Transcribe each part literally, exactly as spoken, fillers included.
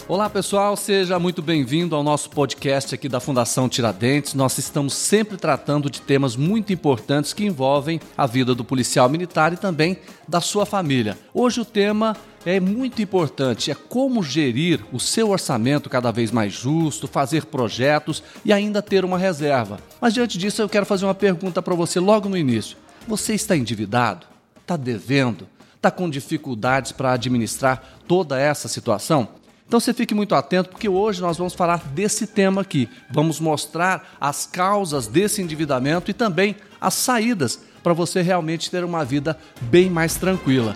Olá pessoal, seja muito bem-vindo ao nosso podcast aqui da Fundação Tiradentes. Nós estamos sempre tratando de temas muito importantes que envolvem a vida do policial militar e também da sua família. Hoje o tema é muito importante, é como gerir o seu orçamento cada vez mais justo, fazer projetos e ainda ter uma reserva. Mas diante disso eu quero fazer uma pergunta para você logo no início. Você está endividado? Está devendo? Está com dificuldades para administrar toda essa situação? Então você fique muito atento, porque hoje nós vamos falar desse tema aqui. Vamos mostrar as causas desse endividamento e também as saídas para você realmente ter uma vida bem mais tranquila.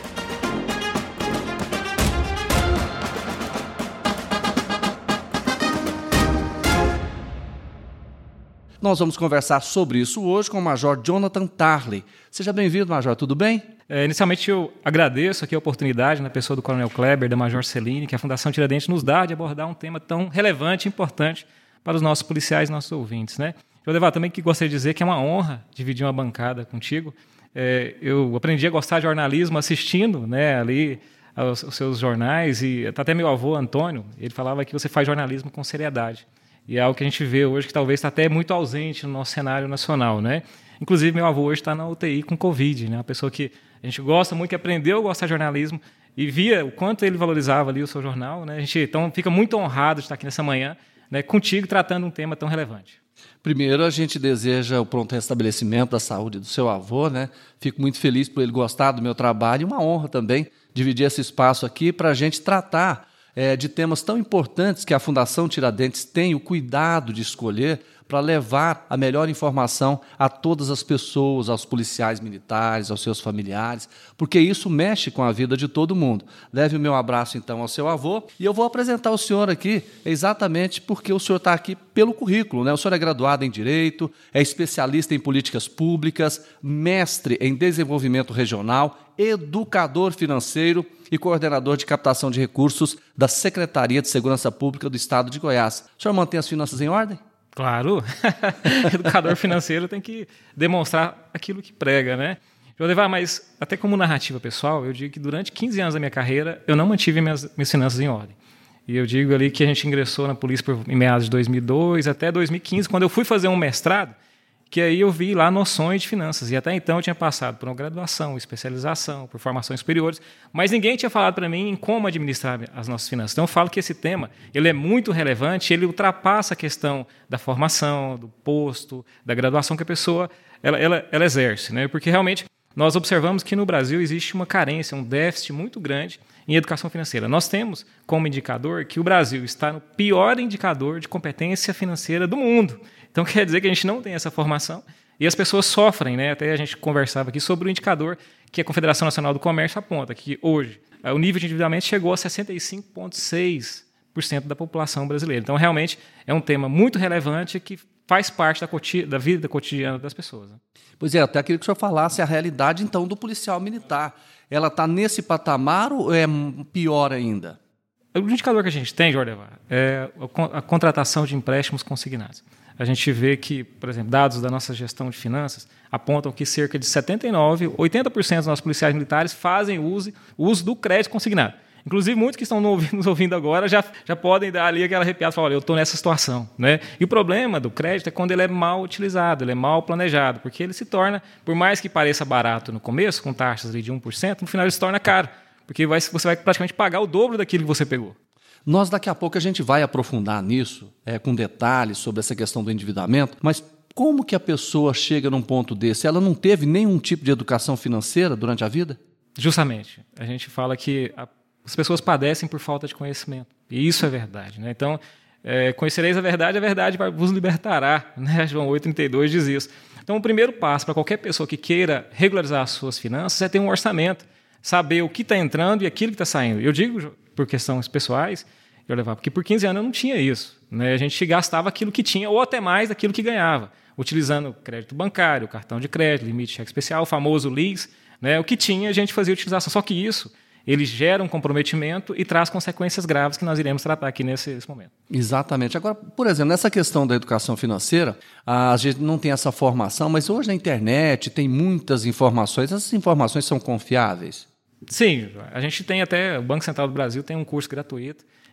Nós vamos conversar sobre isso hoje com o Major Jonathan Tarley. Seja bem-vindo, Major, tudo bem? É, inicialmente eu agradeço aqui a oportunidade na pessoa do Coronel Kleber, da Major Celine, que a Fundação Tiradentes nos dá de abordar um tema tão relevante e importante para os nossos policiais e nossos ouvintes, né? Eu levar também que gostaria de dizer que é uma honra dividir uma bancada contigo. É, eu aprendi a gostar de jornalismo assistindo, né, ali aos, aos seus jornais, e até meu avô, Antônio, ele falava que você faz jornalismo com seriedade. E é algo que a gente vê hoje que talvez está até muito ausente no nosso cenário nacional, né? Inclusive, meu avô hoje está na U T I com Covid, né? Uma pessoa que a gente gosta muito, que aprendeu a gostar de jornalismo e via o quanto ele valorizava ali o seu jornal, né? A gente então fica muito honrado de estar aqui nessa manhã, né, contigo, tratando um tema tão relevante. Primeiro, a gente deseja o pronto restabelecimento da saúde do seu avô, né? Fico muito feliz por ele gostar do meu trabalho e uma honra também dividir esse espaço aqui para a gente tratar É, de temas tão importantes que a Fundação Tiradentes tem o cuidado de escolher para levar a melhor informação a todas as pessoas, aos policiais militares, aos seus familiares, porque isso mexe com a vida de todo mundo. Leve o meu abraço, então, ao seu avô, e eu vou apresentar o senhor aqui exatamente porque o senhor está aqui pelo currículo, né? O senhor é graduado em Direito, é especialista em políticas públicas, mestre em desenvolvimento regional, educador financeiro e coordenador de captação de recursos da Secretaria de Segurança Pública do Estado de Goiás. O senhor mantém as finanças em ordem? Claro. Educador financeiro tem que demonstrar aquilo que prega, né? Eu levar, mas até como narrativa pessoal, eu digo que durante quinze anos da minha carreira eu não mantive minhas, minhas finanças em ordem. E eu digo ali que a gente ingressou na polícia por, em meados de dois mil e dois até dois mil e quinze, quando eu fui fazer um mestrado, que aí eu vi lá noções de finanças. E até então eu tinha passado por uma graduação, especialização, por formações superiores, mas ninguém tinha falado para mim em como administrar as nossas finanças. Então eu falo que esse tema ele é muito relevante, ele ultrapassa a questão da formação, do posto, da graduação que a pessoa ela, ela, ela exerce, né? Porque realmente nós observamos que no Brasil existe uma carência, um déficit muito grande em educação financeira. Nós temos como indicador que o Brasil está no pior indicador de competência financeira do mundo. Então, quer dizer que a gente não tem essa formação e as pessoas sofrem, né? Até a gente conversava aqui sobre o indicador que a Confederação Nacional do Comércio aponta, que hoje o nível de endividamento chegou a sessenta e cinco vírgula seis por cento da população brasileira. Então, realmente, é um tema muito relevante que faz parte da, coti- da vida cotidiana das pessoas, né? Pois é, até queria que o senhor falasse a realidade, então, do policial militar. Ela está nesse patamar ou é pior ainda? O indicador que a gente tem, Jorge, é a contratação de empréstimos consignados. A gente vê que, por exemplo, dados da nossa gestão de finanças apontam que cerca de setenta e nove por cento, oitenta por cento dos nossos policiais militares fazem uso, uso do crédito consignado. Inclusive, muitos que estão nos ouvindo agora já, já podem dar ali aquela arrepiada e falar, olha, eu estou nessa situação, né? E o problema do crédito é quando ele é mal utilizado, ele é mal planejado, porque ele se torna, por mais que pareça barato no começo, com taxas ali de um por cento, no final ele se torna caro, porque vai, você vai praticamente pagar o dobro daquilo que você pegou. Nós daqui a pouco a gente vai aprofundar nisso, é, com detalhes sobre essa questão do endividamento, mas como que a pessoa chega num ponto desse? Ela não teve nenhum tipo de educação financeira durante a vida? Justamente. A gente fala que a, as pessoas padecem por falta de conhecimento. E isso é verdade, né? Então, é, conhecereis a verdade, a verdade vos libertará, né? João oito, trinta e dois diz isso. Então, o primeiro passo para qualquer pessoa que queira regularizar as suas finanças é ter um orçamento, saber o que está entrando e aquilo que está saindo. Eu digo, por questões pessoais, eu levava, porque por quinze anos eu não tinha isso, né? A gente gastava aquilo que tinha, ou até mais daquilo que ganhava, utilizando crédito bancário, cartão de crédito, limite de cheque especial, o famoso L I S, né? O que tinha, a gente fazia utilização. Só que isso, ele gera um comprometimento e traz consequências graves que nós iremos tratar aqui nesse, nesse momento. Exatamente. Agora, por exemplo, nessa questão da educação financeira, a gente não tem essa formação, mas hoje na internet tem muitas informações. Essas informações são confiáveis? Sim, a gente tem até, o Banco Central do Brasil tem um curso gratuito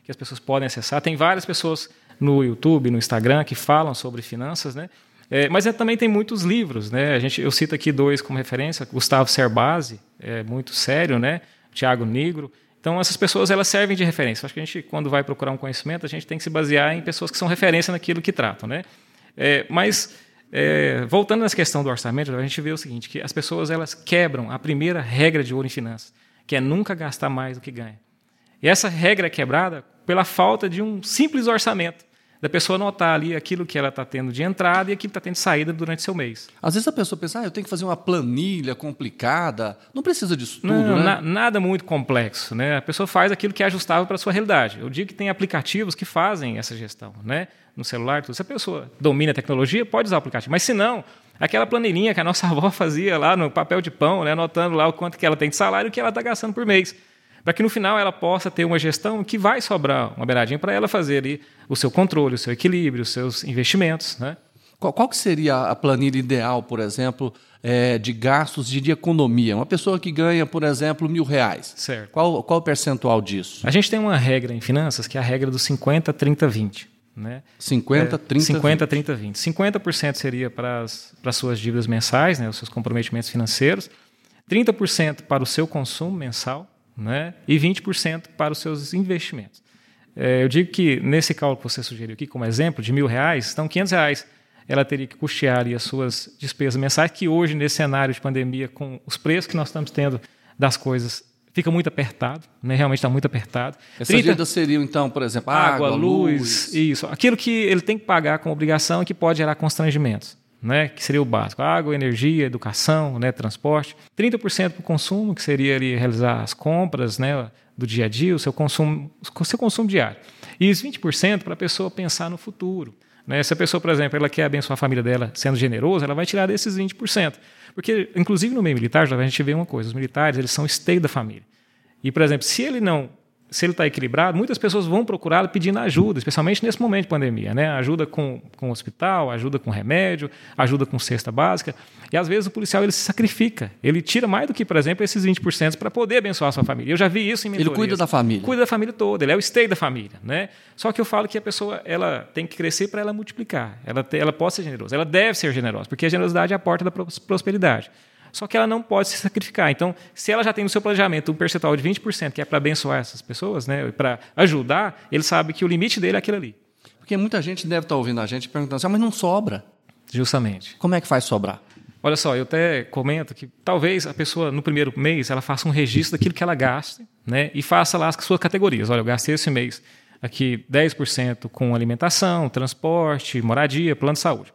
que as pessoas podem acessar. Tem várias pessoas no YouTube, no Instagram, que falam sobre finanças, né? É, mas é, também tem muitos livros, né? A gente, eu cito aqui dois como referência, Gustavo Cerbasi, é muito sério, né? Tiago Nigro. Então, essas pessoas elas servem de referência. Acho que a gente, quando vai procurar um conhecimento, a gente tem que se basear em pessoas que são referência naquilo que tratam, né? É, mas, é, voltando nessa questão do orçamento, a gente vê o seguinte, que as pessoas elas quebram a primeira regra de ouro em finanças, que é nunca gastar mais do que ganha. E essa regra é quebrada pela falta de um simples orçamento, da pessoa notar ali aquilo que ela está tendo de entrada e aquilo que está tendo de saída durante seu mês. Às vezes a pessoa pensa, ah, eu tenho que fazer uma planilha complicada. Não precisa disso tudo, Não, né? na, nada muito complexo, né? A pessoa faz aquilo que é ajustável para a sua realidade. Eu digo que tem aplicativos que fazem essa gestão, né? No celular, tudo. Se a pessoa domina a tecnologia, pode usar o aplicativo. Mas se não, aquela planilhinha que a nossa avó fazia lá no papel de pão, né? Anotando lá o quanto que ela tem de salário e o que ela está gastando por mês, para que no final ela possa ter uma gestão que vai sobrar uma beiradinha para ela fazer ali o seu controle, o seu equilíbrio, os seus investimentos, né? Qual, qual que seria a planilha ideal, por exemplo, é, de gastos de, de economia? Uma pessoa que ganha, por exemplo, mil reais. Certo. Qual, qual o percentual disso? A gente tem uma regra em finanças que é a regra do cinquenta, trinta, vinte. Né? cinquenta, trinta, cinquenta, trinta, vinte. cinquenta por cento seria para as, para as suas dívidas mensais, né? Os seus comprometimentos financeiros. trinta por cento para o seu consumo mensal, né? E vinte por cento para os seus investimentos. É, eu digo que nesse cálculo que você sugeriu aqui como exemplo, de mil reais, então quinhentos reais ela teria que custear ali as suas despesas mensais, que hoje, nesse cenário de pandemia, com os preços que nós estamos tendo das coisas, fica muito apertado, né? Realmente está muito apertado. Essas trinta dívidas seriam, então, por exemplo, água, água, luz, luz, isso. Aquilo que ele tem que pagar com obrigação e que pode gerar constrangimentos, né? Que seria o básico. Água, energia, educação, né? Transporte. trinta por cento para o consumo, que seria ali realizar as compras, né? Do dia a dia, o seu consumo, o seu consumo diário. E os vinte por cento para a pessoa pensar no futuro. Né? Se a pessoa, por exemplo, ela quer abençoar a família dela sendo generosa, ela vai tirar desses vinte por cento. Porque, inclusive no meio militar, a gente vê uma coisa, os militares eles são o esteio da família. E, por exemplo, se ele não, se ele está equilibrado, muitas pessoas vão procurá-lo pedindo ajuda, especialmente nesse momento de pandemia, né? Ajuda com, com o hospital, ajuda com remédio, ajuda com cesta básica. E, às vezes, o policial ele se sacrifica. Ele tira mais do que, por exemplo, esses vinte por cento para poder abençoar a sua família. Eu já vi isso em mentorias. Ele cuida da família. Cuida da família toda, ele é o esteio da família, né? Só que eu falo que a pessoa ela tem que crescer para ela multiplicar. Ela, te, ela pode ser generosa, ela deve ser generosa, porque a generosidade é a porta da prosperidade. Só que ela não pode se sacrificar. Então, se ela já tem no seu planejamento um percentual de vinte por cento, que é para abençoar essas pessoas, né, para ajudar, ele sabe que o limite dele é aquilo ali. Porque muita gente deve estar ouvindo a gente perguntando assim, ah, mas não sobra. Justamente. Como é que faz sobrar? Olha só, eu até comento que talvez a pessoa, no primeiro mês, ela faça um registro daquilo que ela gaste, né, e faça lá as suas categorias. Olha, eu gastei esse mês aqui dez por cento com alimentação, transporte, moradia, plano de saúde.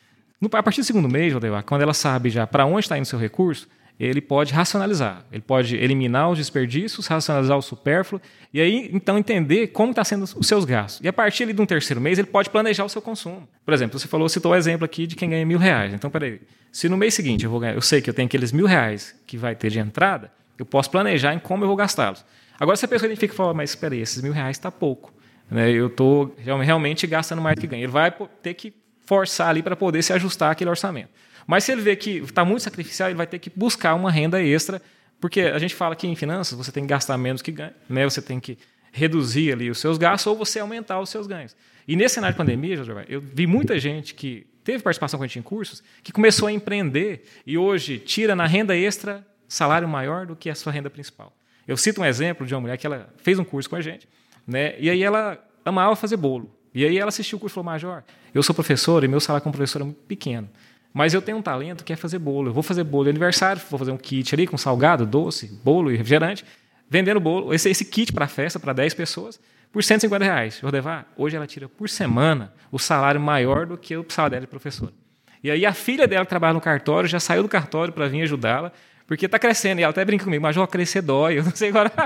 A partir do segundo mês, quando ela sabe já para onde está indo o seu recurso, ele pode racionalizar, ele pode eliminar os desperdícios, racionalizar o supérfluo, e aí então entender como estão sendo os seus gastos. E a partir ali de um terceiro mês, ele pode planejar o seu consumo. Por exemplo, você falou, citou o exemplo aqui de quem ganha mil reais. Então, peraí, se no mês seguinte eu, vou ganhar, eu sei que eu tenho aqueles mil reais que vai ter de entrada, eu posso planejar em como eu vou gastá-los. Agora, se a pessoa identifica e fala, mas espera aí, esses mil reais está pouco, né? Eu estou realmente gastando mais do que ganho. Ele vai ter que forçar ali para poder se ajustar àquele orçamento. Mas se ele vê que está muito sacrificial, ele vai ter que buscar uma renda extra, porque a gente fala que em finanças você tem que gastar menos que ganha, né? Você tem que reduzir ali os seus gastos ou você aumentar os seus ganhos. E nesse cenário de pandemia, eu vi muita gente que teve participação com a gente em cursos, que começou a empreender e hoje tira na renda extra salário maior do que a sua renda principal. Eu cito um exemplo de uma mulher que ela fez um curso com a gente, né? E aí ela amava fazer bolo. E aí ela assistiu o curso e falou, Major, eu sou professora e meu salário como professora é muito pequeno, mas eu tenho um talento que é fazer bolo. Eu vou fazer bolo de aniversário, vou fazer um kit ali com salgado, doce, bolo e refrigerante, vendendo bolo, esse, esse kit para a festa, para dez pessoas, por cento e cinquenta reais. Eu vou levar, hoje ela tira por semana o salário maior do que o salário dela de professora. E aí a filha dela que trabalha no cartório já saiu do cartório para vir ajudá-la, porque está crescendo. E ela até brinca comigo, Major, crescer dói, eu não sei agora.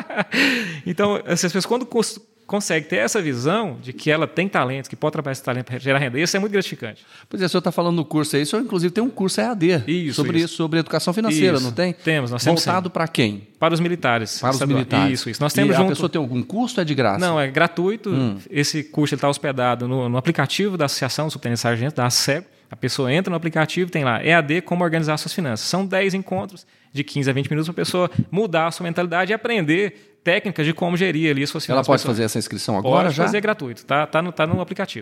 Então, essas pessoas, quando consegue ter essa visão de que ela tem talentos, que pode trabalhar esse talento para gerar renda, isso é muito gratificante. Pois é, o senhor está falando no curso aí, o senhor inclusive tem um curso E A D isso, sobre isso. isso, sobre educação financeira, isso. não tem? Temos, nós temos. Voltado para quem? Para os militares. Para os militares. Isso, isso. Nós temos e junto... a pessoa tem algum custo ou é de graça? Não, é gratuito. Hum. Esse curso está hospedado no, no aplicativo da Associação Subtenente Sargento, da ASSEGO. A pessoa entra no aplicativo, tem lá E A D, como organizar suas finanças. São dez encontros de quinze a vinte minutos para a pessoa mudar a sua mentalidade e aprender técnicas de como gerir ali suas finanças. Ela pode pessoais. fazer essa inscrição agora pode já? Pode fazer gratuito, tá, tá, no, tá no aplicativo.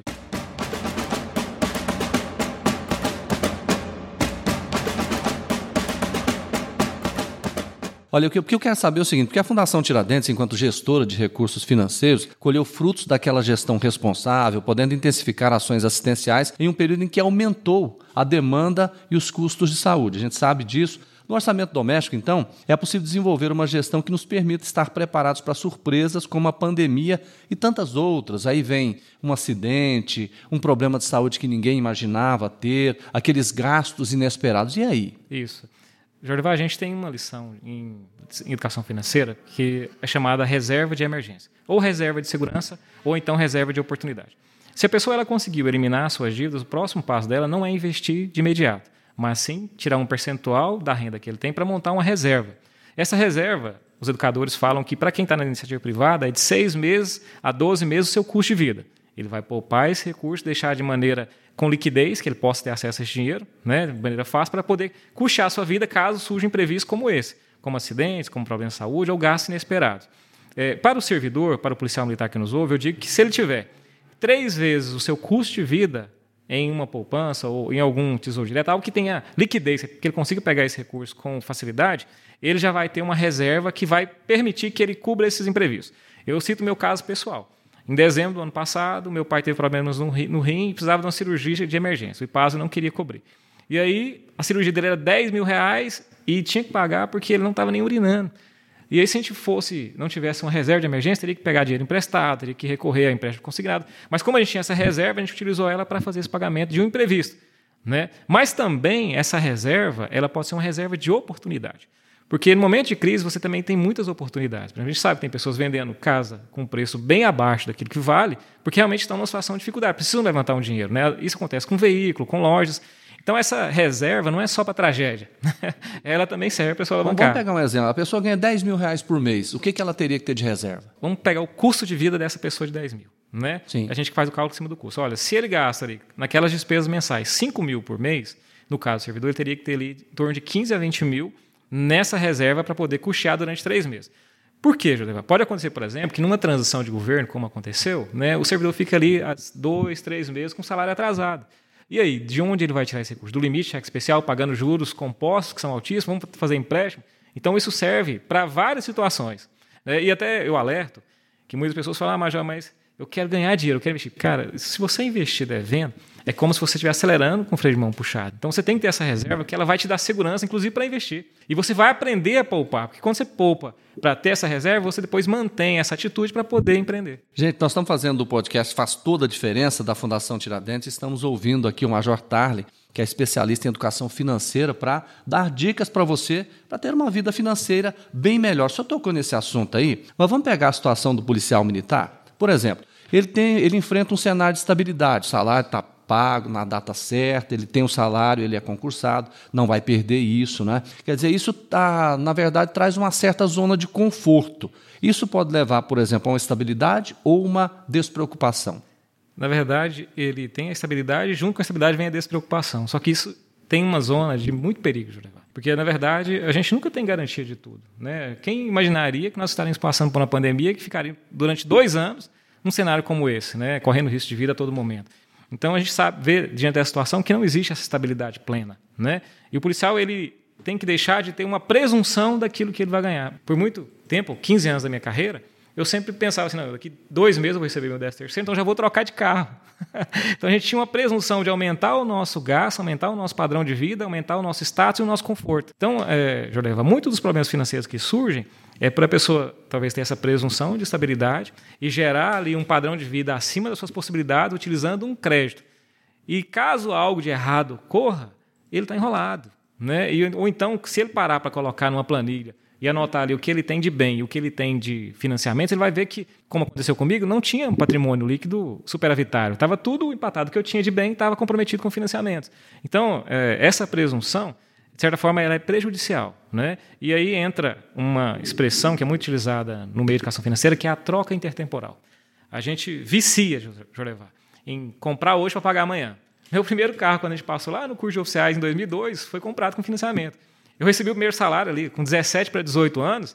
Olha, o que eu quero saber é o seguinte, porque a Fundação Tiradentes, enquanto gestora de recursos financeiros, colheu frutos daquela gestão responsável, podendo intensificar ações assistenciais em um período em que aumentou a demanda e os custos de saúde. A gente sabe disso. No orçamento doméstico, então, é possível desenvolver uma gestão que nos permita estar preparados para surpresas como a pandemia e tantas outras. Aí vem um acidente, um problema de saúde que ninguém imaginava ter, aqueles gastos inesperados. E aí? Isso. Jordival, a gente tem uma lição em educação financeira que é chamada reserva de emergência, ou reserva de segurança, ou então reserva de oportunidade. Se a pessoa ela conseguiu eliminar suas dívidas, o próximo passo dela não é investir de imediato, mas sim tirar um percentual da renda que ele tem para montar uma reserva. Essa reserva, os educadores falam que para quem está na iniciativa privada é de seis meses a doze meses o seu custo de vida. Ele vai poupar esse recurso, deixar de maneira com liquidez, que ele possa ter acesso a esse dinheiro, né, de maneira fácil, para poder custear a sua vida caso surja imprevisto como esse, como acidentes, como problemas de saúde ou gastos inesperados. É, para o servidor, para o policial militar que nos ouve, eu digo que se ele tiver três vezes o seu custo de vida em uma poupança ou em algum tesouro direto, algo que tenha liquidez, que ele consiga pegar esse recurso com facilidade, ele já vai ter uma reserva que vai permitir que ele cubra esses imprevistos. Eu cito o meu caso pessoal. Em dezembro do ano passado, meu pai teve problemas no rim e precisava de uma cirurgia de emergência. O IPASO não queria cobrir. E aí, a cirurgia dele era dez mil reais e tinha que pagar porque ele não estava nem urinando. E aí, se a gente fosse, não tivesse uma reserva de emergência, teria que pegar dinheiro emprestado, teria que recorrer a empréstimo consignado. Mas como a gente tinha essa reserva, a gente utilizou ela para fazer esse pagamento de um imprevisto, né? Mas também essa reserva, ela pode ser uma reserva de oportunidade. Porque no momento de crise você também tem muitas oportunidades. A gente sabe que tem pessoas vendendo casa com um preço bem abaixo daquilo que vale, porque realmente estão numa situação de dificuldade, precisam levantar um dinheiro, né? Isso acontece com veículo, com lojas. Então essa reserva não é só para tragédia, ela também serve para a pessoa alavancar. Vamos pegar um exemplo, a pessoa ganha dez mil reais por mês, o que que ela teria que ter de reserva? Vamos pegar o custo de vida dessa pessoa de dez mil. Né? Sim. A gente faz o cálculo em cima do custo. Olha, se ele gasta ali, naquelas despesas mensais cinco mil por mês, no caso do servidor, ele teria que ter ali em torno de quinze a vinte mil nessa reserva para poder custear durante três meses. Por quê, José? Pode acontecer, por exemplo, que numa transição de governo, como aconteceu, né, o servidor fica ali há dois, três meses com salário atrasado. E aí, de onde ele vai tirar esse recurso? Do limite cheque especial, pagando juros compostos, que são altíssimos, vamos fazer empréstimo? Então, isso serve para várias situações. Né? E até eu alerto que muitas pessoas falam, ah, Major, mas eu quero ganhar dinheiro, eu quero investir. Cara, se você investir devendo, é como se você estivesse acelerando com o freio de mão puxado. Então, você tem que ter essa reserva que ela vai te dar segurança, inclusive, para investir. E você vai aprender a poupar, porque quando você poupa para ter essa reserva, você depois mantém essa atitude para poder empreender. Gente, nós estamos fazendo o podcast Faz Toda a Diferença, da Fundação Tiradentes. Estamos ouvindo aqui o Major Tarley, que é especialista em educação financeira, para dar dicas para você, para ter uma vida financeira bem melhor. O senhor tocou nesse assunto aí, mas vamos pegar a situação do policial militar? Por exemplo, ele, tem, ele enfrenta um cenário de estabilidade, o salário está pago na data certa, ele tem o salário, ele é concursado, não vai perder isso, né? Quer dizer, isso, tá, na verdade, traz uma certa zona de conforto. Isso pode levar, por exemplo, a uma estabilidade ou uma despreocupação. Na verdade, ele tem a estabilidade, junto com a estabilidade vem a despreocupação. Só que isso tem uma zona de muito perigo, Júlio. Porque, na verdade, a gente nunca tem garantia de tudo. Né? Quem imaginaria que nós estaríamos passando por uma pandemia que ficaria durante dois anos num cenário como esse, né? Correndo risco de vida a todo momento. Então, a gente sabe, vê, diante dessa situação, que não existe essa estabilidade plena. Né? E o policial ele tem que deixar de ter uma presunção daquilo que ele vai ganhar. Por muito tempo, quinze anos da minha carreira, eu sempre pensava assim, não, daqui dois meses eu vou receber meu décimo terceiro, então já vou trocar de carro. Então, a gente tinha uma presunção de aumentar o nosso gasto, aumentar o nosso padrão de vida, aumentar o nosso status e o nosso conforto. Então, é, Jordeva, muitos dos problemas financeiros que surgem é para a pessoa talvez ter essa presunção de estabilidade e gerar ali um padrão de vida acima das suas possibilidades utilizando um crédito. E caso algo de errado ocorra, ele está enrolado. Né? E, ou então, se ele parar para colocar numa planilha e anotar ali o que ele tem de bem e o que ele tem de financiamento, ele vai ver que, como aconteceu comigo, não tinha um patrimônio líquido superavitário. Estava tudo empatado. O que eu tinha de bem estava comprometido com financiamentos. Então, é, essa presunção, de certa forma, ela é prejudicial. Né? E aí entra uma expressão que é muito utilizada no meio de educação financeira, que é a troca intertemporal. A gente vicia, Jolevar, em comprar hoje para pagar amanhã. Meu primeiro carro, quando a gente passou lá no curso de oficiais em dois mil e dois, foi comprado com financiamento. Eu recebi o primeiro salário ali, com dezessete para dezoito anos,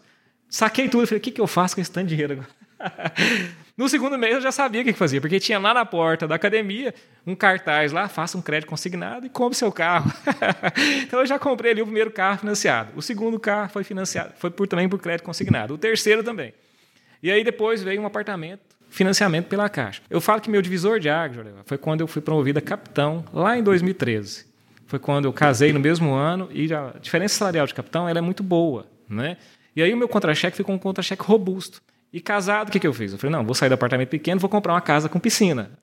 Saquei tudo, falei, o que, que eu faço com esse tanto de dinheiro agora? No segundo mês eu já sabia o que fazia, porque tinha lá na porta da academia um cartaz lá, faça um crédito consignado e compre seu carro. Então eu já comprei ali o primeiro carro financiado. O segundo carro foi financiado, foi por, também por crédito consignado. O terceiro também. E aí depois veio um apartamento, financiamento pela Caixa. Eu falo que meu divisor de águas foi quando eu fui promovido a capitão, lá em dois mil e treze. Foi quando eu casei no mesmo ano e a diferença salarial de capitão ela é muito boa, né? E aí o meu contra-cheque ficou um contra-cheque robusto. E casado, o que, que eu fiz? Eu falei, não, vou sair do apartamento pequeno, vou comprar uma casa com piscina.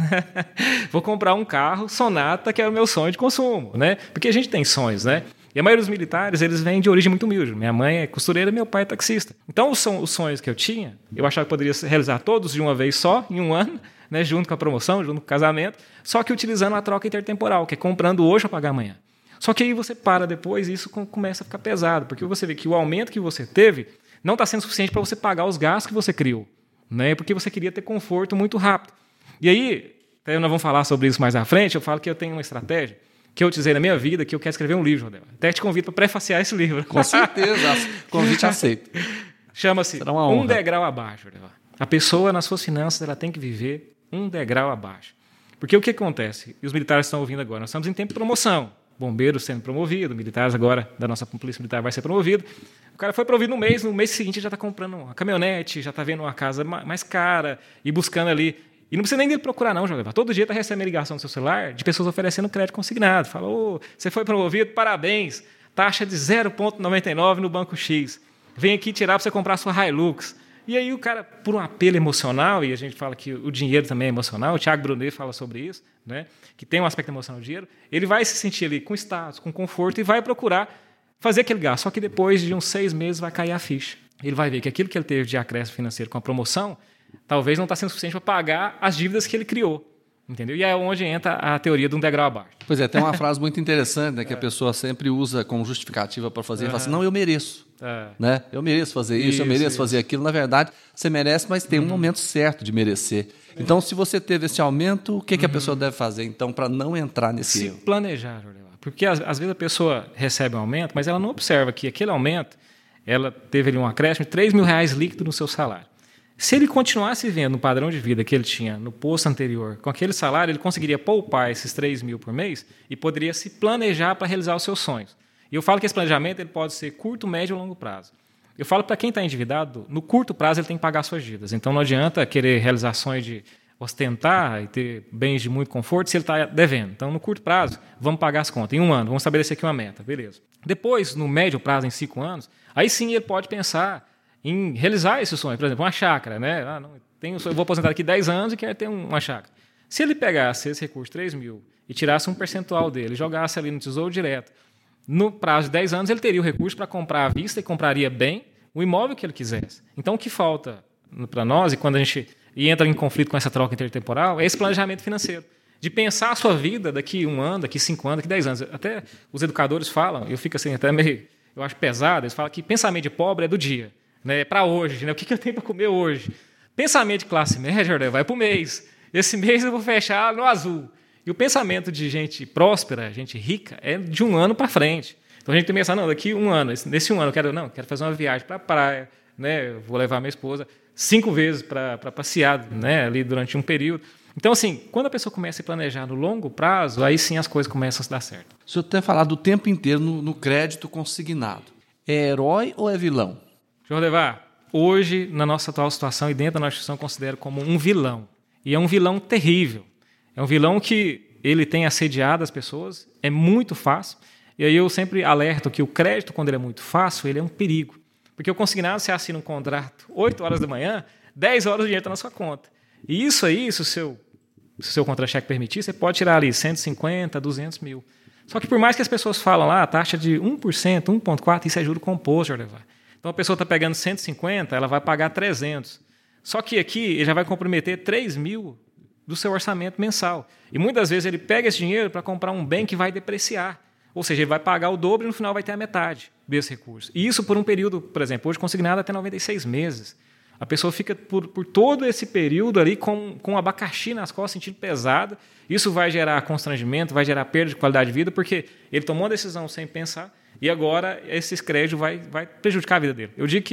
Vou comprar um carro Sonata, que é o meu sonho de consumo, né? Porque a gente tem sonhos, né? E a maioria dos militares, eles vêm de origem muito humilde. Minha mãe é costureira e meu pai é taxista. Então, os, son- os sonhos que eu tinha, eu achava que poderia realizar todos de uma vez só, em um ano, né? Junto com a promoção, junto com o casamento, só que utilizando a troca intertemporal, que é comprando hoje para pagar amanhã. Só que aí você para depois e isso começa a ficar pesado, porque você vê que o aumento que você teve não está sendo suficiente para você pagar os gastos que você criou, né? Porque você queria ter conforto muito rápido. E aí, até nós vamos falar sobre isso mais à frente, eu falo que eu tenho uma estratégia que eu utilizei na minha vida, que eu quero escrever um livro, Jordel. Até te convido para prefaciar esse livro. Com certeza, convite aceito. Chama-se Um Degrau Abaixo, Jordel. A pessoa, nas suas finanças, ela tem que viver um degrau abaixo. Porque o que acontece? E os militares estão ouvindo agora, nós estamos em tempo de promoção. Bombeiros sendo promovido, militares agora da nossa polícia militar vai ser promovido. O cara foi promovido no mês, no mês seguinte já está comprando uma caminhonete, já está vendo uma casa mais cara e buscando ali. E não precisa nem dele procurar, não, João Levar. Todo dia está recebendo ligação no seu celular de pessoas oferecendo crédito consignado. Fala, ô, você foi promovido, parabéns, taxa de zero vírgula noventa e nove no Banco X. Vem aqui tirar para você comprar a sua Hilux. E aí o cara, por um apelo emocional, e a gente fala que o dinheiro também é emocional, o Thiago Brunet fala sobre isso, né, que tem um aspecto emocional do dinheiro, ele vai se sentir ali com status, com conforto e vai procurar fazer aquele gasto. Só que depois de uns seis meses vai cair a ficha. Ele vai ver que aquilo que ele teve de acréscimo financeiro com a promoção talvez não está sendo suficiente para pagar as dívidas que ele criou. Entendeu? E é onde entra a teoria de um degrau abaixo. Pois é, tem uma frase muito interessante, né, que a pessoa sempre usa como justificativa para fazer. Uhum. Fala assim, não, eu mereço. É. Né? Eu mereço fazer isso, isso eu mereço isso. fazer aquilo. Na verdade, você merece, mas tem uhum. um momento certo de merecer. Então, se você teve esse aumento, o que, que a pessoa deve fazer, então, para não entrar nesse Se erro? planejar, Jordel. Porque, às, às vezes, a pessoa recebe um aumento, mas ela não observa que aquele aumento, ela teve ali um acréscimo de três mil reais líquido no seu salário. Se ele continuasse vivendo no padrão de vida que ele tinha no posto anterior, com aquele salário, ele conseguiria poupar esses três mil por mês e poderia se planejar para realizar os seus sonhos. E eu falo que esse planejamento ele pode ser curto, médio ou longo prazo. Eu falo para quem está endividado, no curto prazo ele tem que pagar suas dívidas. Então não adianta querer realizar sonhos de ostentar e ter bens de muito conforto se ele está devendo. Então no curto prazo, vamos pagar as contas. Em um ano, vamos estabelecer aqui uma meta. Beleza. Depois, no médio prazo, em cinco anos, aí sim ele pode pensar em realizar esse sonho. Por exemplo, uma chácara, né? Ah, não, tenho, eu vou aposentar daqui dez anos e quero ter uma chácara. Se ele pegasse esse recurso, três mil, e tirasse um percentual dele, jogasse ali no Tesouro Direto, no prazo de dez anos ele teria o recurso para comprar à vista e compraria bem o imóvel que ele quisesse. Então, o que falta para nós, e quando a gente entra em conflito com essa troca intertemporal, é esse planejamento financeiro. De pensar a sua vida daqui um ano, daqui cinco anos, daqui dez anos. Até os educadores falam, eu fico assim até meio, eu acho pesado, eles falam que pensamento de pobre é do dia. Né, para hoje, né? O que, que eu tenho para comer hoje? Pensamento de classe média, né, vai para o mês. Esse mês eu vou fechar no azul. E o pensamento de gente próspera, gente rica, é de um ano para frente. Então a gente tem que pensar, não, daqui um ano, nesse um ano eu quero, não, quero fazer uma viagem para a praia, né, vou levar minha esposa cinco vezes para passear, né, ali durante um período. Então, assim, quando a pessoa começa a planejar no longo prazo, aí sim as coisas começam a dar certo. O senhor tem falado o tempo inteiro no, no crédito consignado. É herói ou é vilão? Jordevar, hoje, na nossa atual situação e dentro da nossa instituição, eu considero como um vilão. E é um vilão terrível. É um vilão que ele tem assediado as pessoas, é muito fácil. E aí eu sempre alerto que o crédito, quando ele é muito fácil, ele é um perigo. Porque o consignado, você assina um contrato oito horas da manhã, dez horas o dinheiro está na sua conta. E isso aí, se o seu, se o seu contra-cheque permitir, você pode tirar ali cento e cinquenta, duzentos mil. Só que por mais que as pessoas falam lá, a taxa de um por cento, um vírgula quatro por cento, isso é juro composto, Jordevar. Então, a pessoa está pegando cento e cinquenta, ela vai pagar trezentos. Só que aqui ele já vai comprometer três mil do seu orçamento mensal. E muitas vezes ele pega esse dinheiro para comprar um bem que vai depreciar. Ou seja, ele vai pagar o dobro e no final vai ter a metade desse recurso. E isso por um período, por exemplo, hoje consignado até noventa e seis meses. A pessoa fica por, por todo esse período ali com, com um abacaxi nas costas, sentindo pesado. Isso vai gerar constrangimento, vai gerar perda de qualidade de vida, porque ele tomou uma decisão sem pensar. E agora, esse crédito vai, vai prejudicar a vida dele. Eu digo que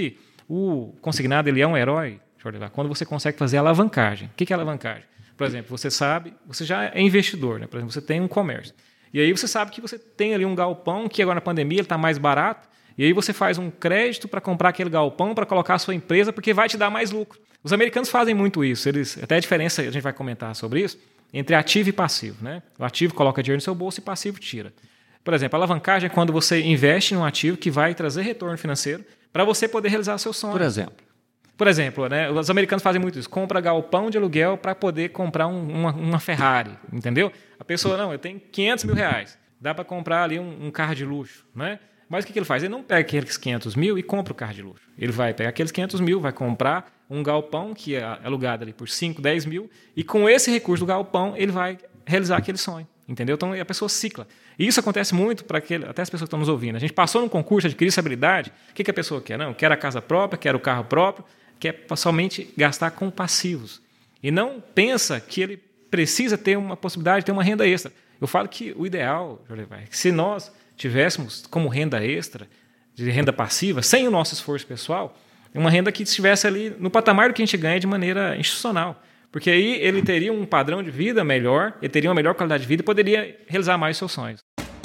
o consignado ele é um herói, quando você consegue fazer alavancagem. O que é alavancagem? Por exemplo, você sabe, você já é investidor, né? Por exemplo, você tem um comércio. E aí você sabe que você tem ali um galpão que agora na pandemia ele está mais barato, e aí você faz um crédito para comprar aquele galpão para colocar a sua empresa porque vai te dar mais lucro. Os americanos fazem muito isso. Eles, até a diferença, a gente vai comentar sobre isso, entre ativo e passivo, né? O ativo coloca dinheiro no seu bolso e o passivo tira. Por exemplo, a alavancagem é quando você investe em um ativo que vai trazer retorno financeiro para você poder realizar seus sonhos. Por exemplo? Por exemplo, né, os americanos fazem muito isso. Compra galpão de aluguel para poder comprar um, uma, uma Ferrari, entendeu? A pessoa, não, eu tenho quinhentos mil reais. Dá para comprar ali um, um carro de luxo, né? Mas o que, que ele faz? Ele não pega aqueles quinhentos mil e compra o carro de luxo. Ele vai pegar aqueles quinhentos mil, vai comprar um galpão que é alugado ali por cinco, dez mil e com esse recurso do galpão ele vai realizar aquele sonho. Entendeu? Então a pessoa cicla. E isso acontece muito para aquele, até as pessoas que estão nos ouvindo. A gente passou num concurso, adquiriu essa habilidade. O que, que a pessoa quer? Não, quer a casa própria, quer o carro próprio, quer somente gastar com passivos. E não pensa que ele precisa ter uma possibilidade de ter uma renda extra. Eu falo que o ideal, é que se nós tivéssemos como renda extra, de renda passiva, sem o nosso esforço pessoal, uma renda que estivesse ali no patamar do que a gente ganha de maneira institucional. Porque aí ele teria um padrão de vida melhor, ele teria uma melhor qualidade de vida e poderia realizar mais seus sonhos.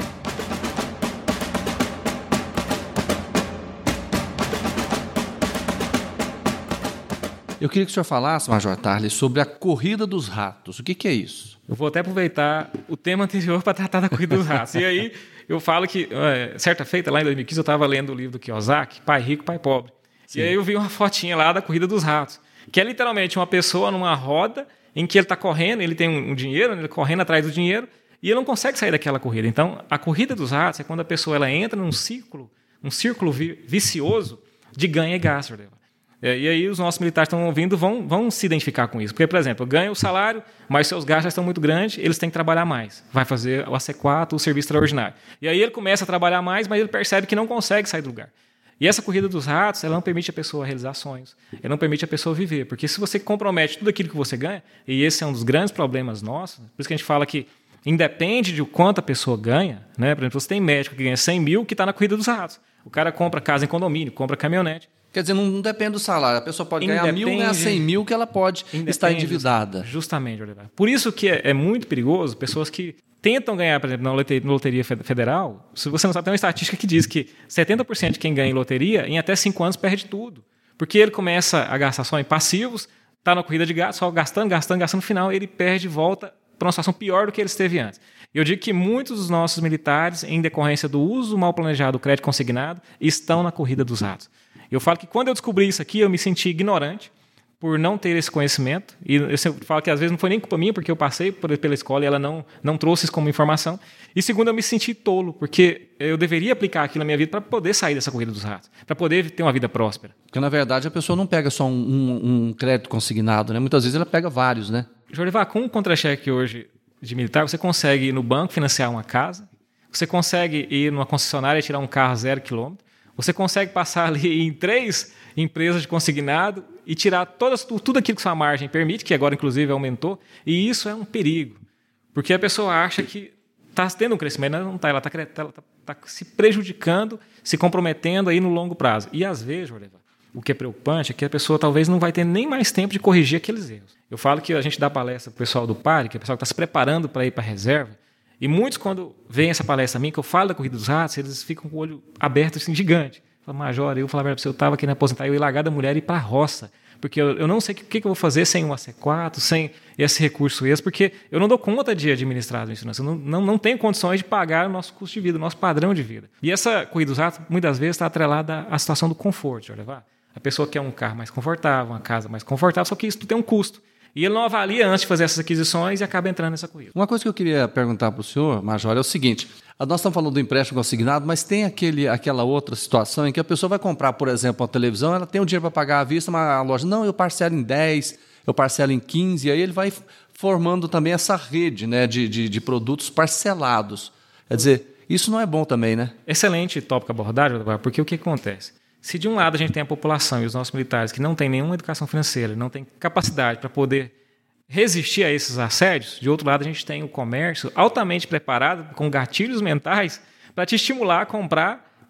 Eu queria que o senhor falasse, Major Tarly, sobre a corrida dos ratos. O que, que é isso? Eu vou até aproveitar o tema anterior para tratar da corrida dos ratos. E aí eu falo que, é, certa feita, lá em dois mil e quinze, eu estava lendo o livro do Kiyosaki, Pai Rico, Pai Pobre. Sim. E aí eu vi uma fotinha lá da corrida dos ratos, que é literalmente uma pessoa numa roda em que ele está correndo, ele tem um dinheiro, ele correndo atrás do dinheiro, e ele não consegue sair daquela corrida. Então, a corrida dos ratos é quando a pessoa ela entra num círculo, um círculo vicioso de ganha e gasto. É, e aí os nossos militares que estão ouvindo vão, vão se identificar com isso. Porque, por exemplo, ganha o salário, mas seus gastos estão muito grandes, eles têm que trabalhar mais. Vai fazer o A C quatro, o serviço extraordinário. E aí ele começa a trabalhar mais, mas ele percebe que não consegue sair do lugar. E essa corrida dos ratos, ela não permite a pessoa realizar sonhos. Ela não permite a pessoa viver. Porque se você compromete tudo aquilo que você ganha, e esse é um dos grandes problemas nossos, por isso que a gente fala que independe de quanto a pessoa ganha, né? Por exemplo, você tem médico que ganha cem mil que está na corrida dos ratos. O cara compra casa em condomínio, compra caminhonete. Quer dizer, não depende do salário. A pessoa pode ganhar mil, ganhar cem mil, que ela pode estar endividada. Justamente, Oliver. Por isso que é, é muito perigoso pessoas que tentam ganhar, por exemplo, na loteria, na loteria federal. Se você não sabe, tem uma estatística que diz que setenta por cento de quem ganha em loteria, em até cinco anos, perde tudo. Porque ele começa a gastar só em passivos, está na corrida de gasto, só gastando, gastando, gastando. No final, ele perde e volta para uma situação pior do que ele esteve antes. Eu digo que muitos dos nossos militares, em decorrência do uso mal planejado do crédito consignado, estão na corrida dos ratos. Eu falo que quando eu descobri isso aqui, eu me senti ignorante por não ter esse conhecimento. E eu sempre falo que às vezes não foi nem culpa minha, porque eu passei por, pela escola e ela não, não trouxe isso como informação. E segundo, eu me senti tolo, porque eu deveria aplicar aquilo na minha vida para poder sair dessa corrida dos ratos, para poder ter uma vida próspera. Porque, na verdade, a pessoa não pega só um, um, um crédito consignado, né? Muitas vezes ela pega vários, né? Jorivar, com um contra-cheque hoje de militar, você consegue ir no banco financiar uma casa, você consegue ir numa concessionária e tirar um carro zero quilômetro, você consegue passar ali em três empresas de consignado e tirar todas, tudo aquilo que sua margem permite, que agora, inclusive, aumentou. E isso é um perigo. Porque a pessoa acha que está tendo um crescimento, ela não está. Ela está tá, tá se prejudicando, se comprometendo aí no longo prazo. E, às vezes, o que é preocupante é que a pessoa talvez não vai ter nem mais tempo de corrigir aqueles erros. Eu falo que a gente dá palestra para o pessoal do P A R, que é o pessoal que está se preparando para ir para a reserva. E muitos, quando veem essa palestra a mim, que eu falo da corrida dos ratos, eles ficam com o olho aberto, assim, gigante. Fala, Major, eu falava para você, eu estava aqui na aposentar, eu ia largar da mulher e ir para a roça. Porque eu, eu não sei o que, que eu vou fazer sem um A C quatro, sem esse recurso extra, porque eu não dou conta de administrar isso. Eu não, não, não tenho condições de pagar o nosso custo de vida, o nosso padrão de vida. E essa corrida dos ratos, muitas vezes, está atrelada à situação do conforto. Olha, a pessoa quer um carro mais confortável, uma casa mais confortável, só que isso tem um custo. E ele não avalia antes de fazer essas aquisições e acaba entrando nessa corrida. Uma coisa que eu queria perguntar para o senhor, Major, é o seguinte. Nós estamos falando do empréstimo consignado, mas tem aquele, aquela outra situação em que a pessoa vai comprar, por exemplo, uma televisão, ela tem o dinheiro para pagar à vista, mas a loja, não, eu parcelo em dez, eu parcelo em quinze, e aí ele vai formando também essa rede, né, de, de, de produtos parcelados. Quer dizer, isso não é bom também, né? Excelente tópico abordado, porque o que acontece? Se de um lado a gente tem a população e os nossos militares que não têm nenhuma educação financeira, não têm capacidade para poder resistir a esses assédios, de outro lado a gente tem o comércio altamente preparado, com gatilhos mentais, para te estimular a comprar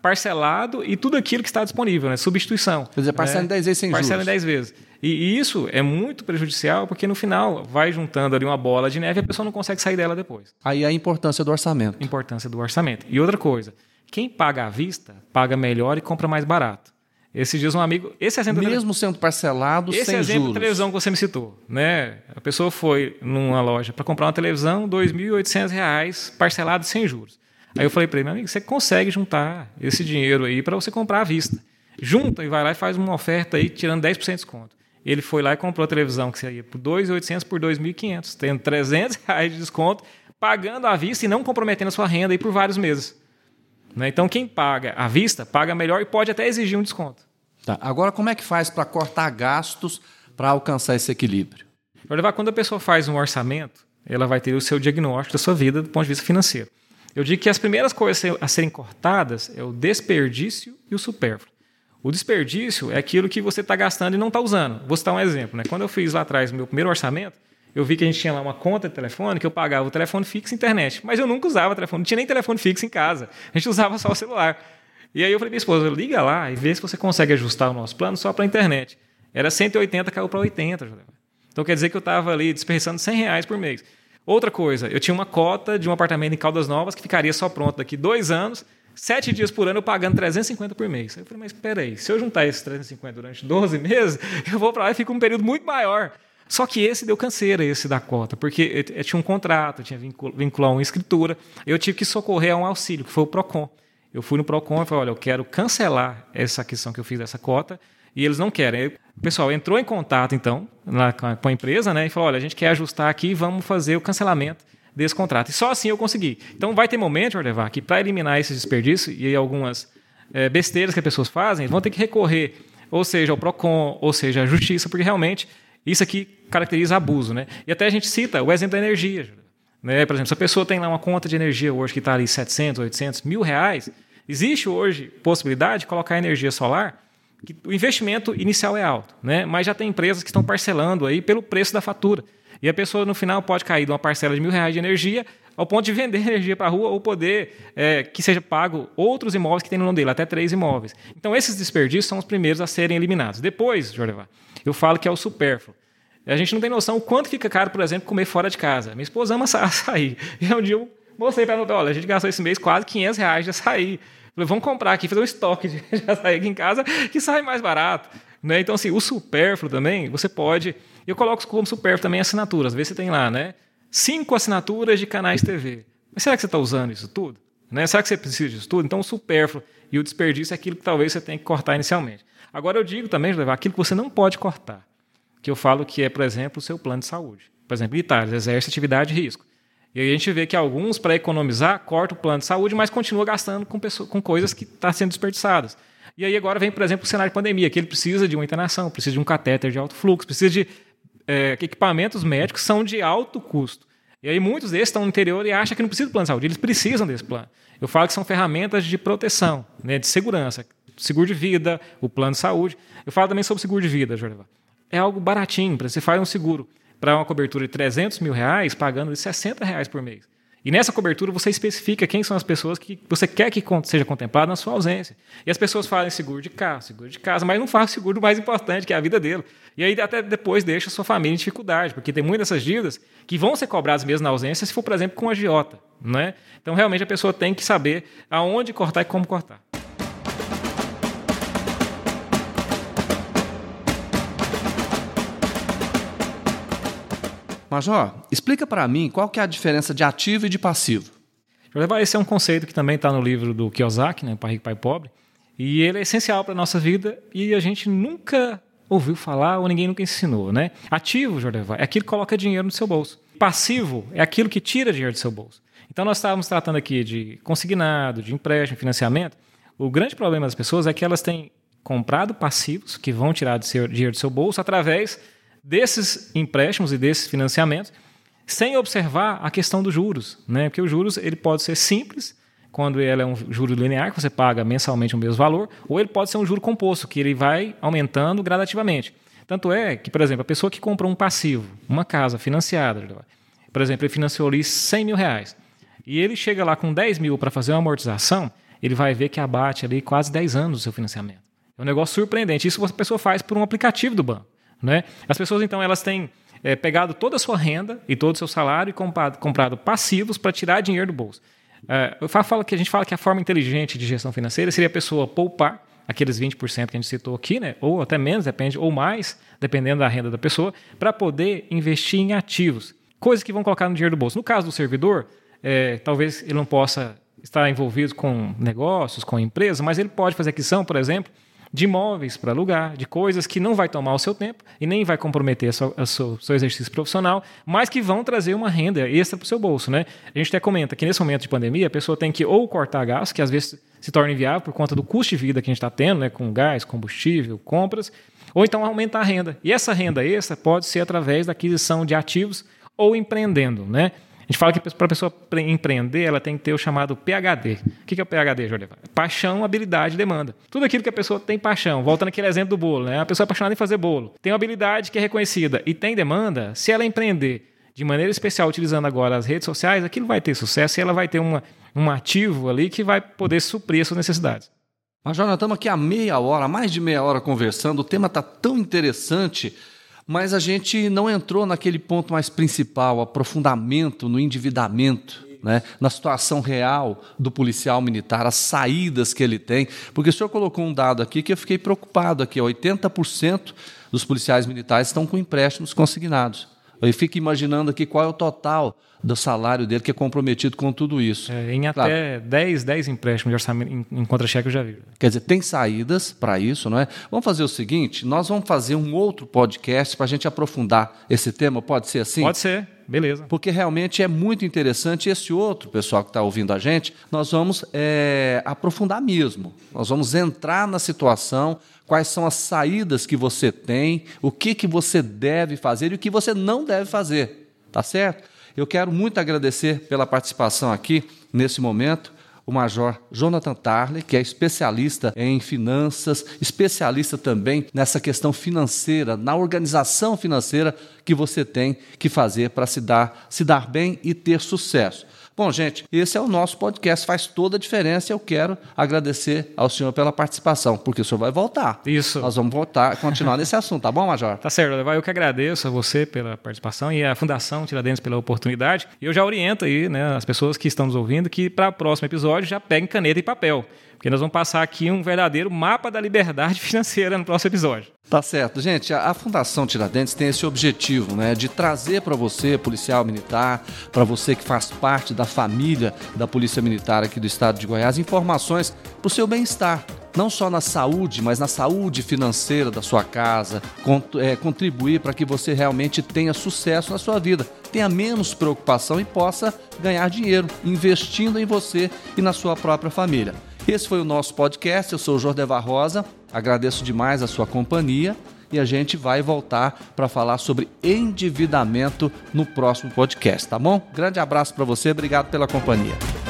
parcelado e tudo aquilo que está disponível, né? Substituição. Quer dizer, parcela né? em dez vezes sem parcela juros. em dez vezes. E, e isso é muito prejudicial porque no final vai juntando ali uma bola de neve e a pessoa não consegue sair dela depois. Aí a importância do orçamento. Importância do orçamento. E outra coisa, quem paga à vista, paga melhor e compra mais barato. Esses dias um amigo... Esse exemplo Mesmo da, sendo parcelado, esse sem exemplo juros. da televisão que você me citou. Né? A pessoa foi numa loja para comprar uma televisão, dois mil e oitocentos reais, parcelado sem juros. Aí eu falei para ele, meu amigo, você consegue juntar esse dinheiro aí para você comprar à vista. Junta e vai lá e faz uma oferta aí, tirando dez por cento de desconto. Ele foi lá e comprou a televisão que saía por dois mil e oitocentos por dois mil e quinhentos, tendo trezentos reais de desconto, pagando à vista e não comprometendo a sua renda aí por vários meses. Né? Então, quem paga à vista, paga melhor e pode até exigir um desconto. Tá. Agora, como é que faz para cortar gastos para alcançar esse equilíbrio? Quando a pessoa faz um orçamento, ela vai ter o seu diagnóstico da sua vida do ponto de vista financeiro. Eu digo que as primeiras coisas a serem cortadas é o desperdício e o supérfluo. O desperdício é aquilo que você está gastando e não está usando. Vou citar um exemplo. Né? Quando eu fiz lá atrás o meu primeiro orçamento, eu vi que a gente tinha lá uma conta de telefone que eu pagava o telefone fixo e internet. Mas eu nunca usava telefone, não tinha nem telefone fixo em casa. A gente usava só o celular. E aí eu falei para minha esposa, liga lá e vê se você consegue ajustar o nosso plano só para a internet. Era cento e oitenta, caiu para oitenta. Então quer dizer que eu estava ali desperdiçando cem reais por mês. Outra coisa, eu tinha uma cota de um apartamento em Caldas Novas que ficaria só pronto daqui dois anos, sete dias por ano eu pagando trezentos e cinquenta por mês. Aí eu falei, mas espera aí, se eu juntar esses trezentos e cinquenta durante doze meses, eu vou para lá e fico um período muito maior. Só que esse deu canseira, esse da cota, porque eu tinha um contrato, eu tinha que vincular uma escritura, eu tive que socorrer a um auxílio, que foi o PROCON. Eu fui no PROCON e falei, olha, eu quero cancelar essa questão que eu fiz dessa cota, e eles não querem. O pessoal entrou em contato, então, lá com a empresa, né, e falou, olha, a gente quer ajustar aqui e vamos fazer o cancelamento desse contrato. E só assim eu consegui. Então, vai ter momento, Jordevar, que para eliminar esse desperdício e algumas é, besteiras que as pessoas fazem, vão ter que recorrer, ou seja, ao PROCON, ou seja, à Justiça, porque realmente isso aqui caracteriza abuso. Né? E até a gente cita o exemplo da energia. Né? Por exemplo, se a pessoa tem lá uma conta de energia hoje que está ali setecentos, oitocentos, mil reais, existe hoje possibilidade de colocar energia solar, que o investimento inicial é alto, né? Mas já tem empresas que estão parcelando aí pelo preço da fatura. E a pessoa, no final, pode cair de uma parcela de mil reais de energia ao ponto de vender energia para a rua ou poder é, que seja pago outros imóveis que tem no nome dele, até três imóveis. Então, esses desperdícios são os primeiros a serem eliminados. Depois, Jordevar, eu falo que é o supérfluo. A gente não tem noção o quanto fica caro, por exemplo, comer fora de casa. Minha esposa ama açaí. E um dia eu mostrei para ela, olha, a gente gastou esse mês quase quinhentos reais de açaí. Falei, vamos comprar aqui, fazer um estoque de açaí aqui em casa que sai mais barato. Né? Então, assim, o supérfluo também, você pode... Eu coloco como supérfluo também assinaturas. Às vezes você tem lá, né? Cinco assinaturas de canais T V. Mas será que você está usando isso tudo? Né? Será que você precisa disso tudo? Então, o supérfluo e o desperdício é aquilo que talvez você tenha que cortar inicialmente. Agora, eu digo também, José, aquilo que você não pode cortar. Que eu falo que é, por exemplo, o seu plano de saúde. Por exemplo, militares, exército, atividade de risco. E aí a gente vê que alguns, para economizar, cortam o plano de saúde, mas continua gastando com, pessoas, com coisas que estão sendo desperdiçadas. E aí agora vem, por exemplo, o cenário de pandemia, que ele precisa de uma internação, precisa de um catéter de alto fluxo, precisa de é, equipamentos médicos que são de alto custo. E aí muitos desses estão no interior e acham que não precisa do plano de saúde, eles precisam desse plano. Eu falo que são ferramentas de proteção, né, de segurança, seguro de vida, o plano de saúde. Eu falo também sobre seguro de vida, Jorge. É algo baratinho, você faz um seguro para uma cobertura de trezentos mil reais, pagando de sessenta reais por mês. E nessa cobertura você especifica quem são as pessoas que você quer que seja contemplado na sua ausência. E as pessoas fazem seguro de carro, seguro de casa, mas não fazem o seguro mais importante, que é a vida dele. E aí até depois deixa a sua família em dificuldade, porque tem muitas dessas dívidas que vão ser cobradas mesmo na ausência, se for, por exemplo, com um agiota. Né? Então, realmente, a pessoa tem que saber aonde cortar e como cortar. Major, explica para mim qual que é a diferença de ativo e de passivo. Esse é um conceito que também está no livro do Kiyosaki, né, Pai Rico, Pai Pobre, e ele é essencial para a nossa vida e a gente nunca ouviu falar ou ninguém nunca ensinou. Né? Ativo, Jordevar, é aquilo que coloca dinheiro no seu bolso. Passivo é aquilo que tira dinheiro do seu bolso. Então nós estávamos tratando aqui de consignado, de empréstimo, financiamento. O grande problema das pessoas é que elas têm comprado passivos que vão tirar dinheiro do seu bolso através desses empréstimos e desses financiamentos, sem observar a questão dos juros, né? Porque os juros ele pode ser simples, quando ele é um juro linear, que você paga mensalmente o mesmo valor, ou ele pode ser um juro composto, que ele vai aumentando gradativamente. Tanto é que, por exemplo, a pessoa que comprou um passivo, uma casa financiada, por exemplo, ele financiou ali cem mil reais, e ele chega lá com dez mil para fazer uma amortização, ele vai ver que abate ali quase dez anos do seu financiamento. É um negócio surpreendente. Isso a pessoa faz por um aplicativo do banco, né? As pessoas, então, elas têm é, pegado toda a sua renda e todo o seu salário e comprado, comprado passivos para tirar dinheiro do bolso. É, eu falo que a gente fala que a forma inteligente de gestão financeira seria a pessoa poupar aqueles vinte por cento que a gente citou aqui, né? Ou até menos, depende, ou mais, dependendo da renda da pessoa, para poder investir em ativos, coisas que vão colocar no dinheiro do bolso. No caso do servidor, é, talvez ele não possa estar envolvido com negócios, com empresas, mas ele pode fazer aquisição, por exemplo, de imóveis para alugar, de coisas que não vai tomar o seu tempo e nem vai comprometer o seu, seu exercício profissional, mas que vão trazer uma renda extra para o seu bolso, né? A gente até comenta que nesse momento de pandemia, a pessoa tem que ou cortar gastos, que às vezes se torna inviável por conta do custo de vida que a gente está tendo, né, com gás, combustível, compras, ou então aumentar a renda. E essa renda extra pode ser através da aquisição de ativos ou empreendendo, né? A gente fala que para a pessoa empreender, ela tem que ter o chamado P H D. O que é o P H D, Jorge? Paixão, habilidade e demanda. Tudo aquilo que a pessoa tem paixão, voltando àquele exemplo do bolo, né? A pessoa é apaixonada em fazer bolo, tem uma habilidade que é reconhecida e tem demanda, se ela empreender de maneira especial, utilizando agora as redes sociais, aquilo vai ter sucesso e ela vai ter uma, um ativo ali que vai poder suprir as suas necessidades. Mas, Jorge, nós estamos aqui há meia hora, mais de meia hora conversando, o tema está tão interessante, mas a gente não entrou naquele ponto mais principal, aprofundamento no endividamento, né? Na situação real do policial militar, as saídas que ele tem, porque o senhor colocou um dado aqui que eu fiquei preocupado aqui, oitenta por cento dos policiais militares estão com empréstimos consignados. Eu fico imaginando aqui qual é o total do salário dele que é comprometido com tudo isso. É, em até claro. dez, dez empréstimos de orçamento em, em contra-cheque eu já vi. Quer dizer, tem saídas para isso, não é? Vamos fazer o seguinte, nós vamos fazer um outro podcast para a gente aprofundar esse tema, pode ser assim? Pode ser, beleza. Porque realmente é muito interessante. Esse outro pessoal que está ouvindo a gente, nós vamos é, aprofundar mesmo. Nós vamos entrar na situação, quais são as saídas que você tem, o que, que você deve fazer e o que você não deve fazer, tá certo? Eu quero muito agradecer pela participação aqui, nesse momento, o Major Jonathan Tarley, que é especialista em finanças, especialista também nessa questão financeira, na organização financeira que você tem que fazer para se dar, se dar bem e ter sucesso. Bom, gente, esse é o nosso podcast, faz toda a diferença e eu quero agradecer ao senhor pela participação, porque o senhor vai voltar. Isso. Nós vamos voltar, continuar nesse assunto, tá bom, Major? Tá certo, eu que agradeço a você pela participação e a Fundação Tiradentes pela oportunidade. E eu já oriento aí, né, as pessoas que estão nos ouvindo que para o próximo episódio já peguem caneta e papel, porque nós vamos passar aqui um verdadeiro mapa da liberdade financeira no próximo episódio. Tá certo. Gente, a, a Fundação Tiradentes tem esse objetivo, né, de trazer para você, policial militar, para você que faz parte da família da Polícia Militar aqui do estado de Goiás, informações para o seu bem-estar. Não só na saúde, mas na saúde financeira da sua casa, cont- é, contribuir para que você realmente tenha sucesso na sua vida, tenha menos preocupação e possa ganhar dinheiro investindo em você e na sua própria família. Esse foi o nosso podcast, eu sou o Jordevar Rosa, agradeço demais a sua companhia e a gente vai voltar para falar sobre endividamento no próximo podcast, tá bom? Grande abraço para você, obrigado pela companhia.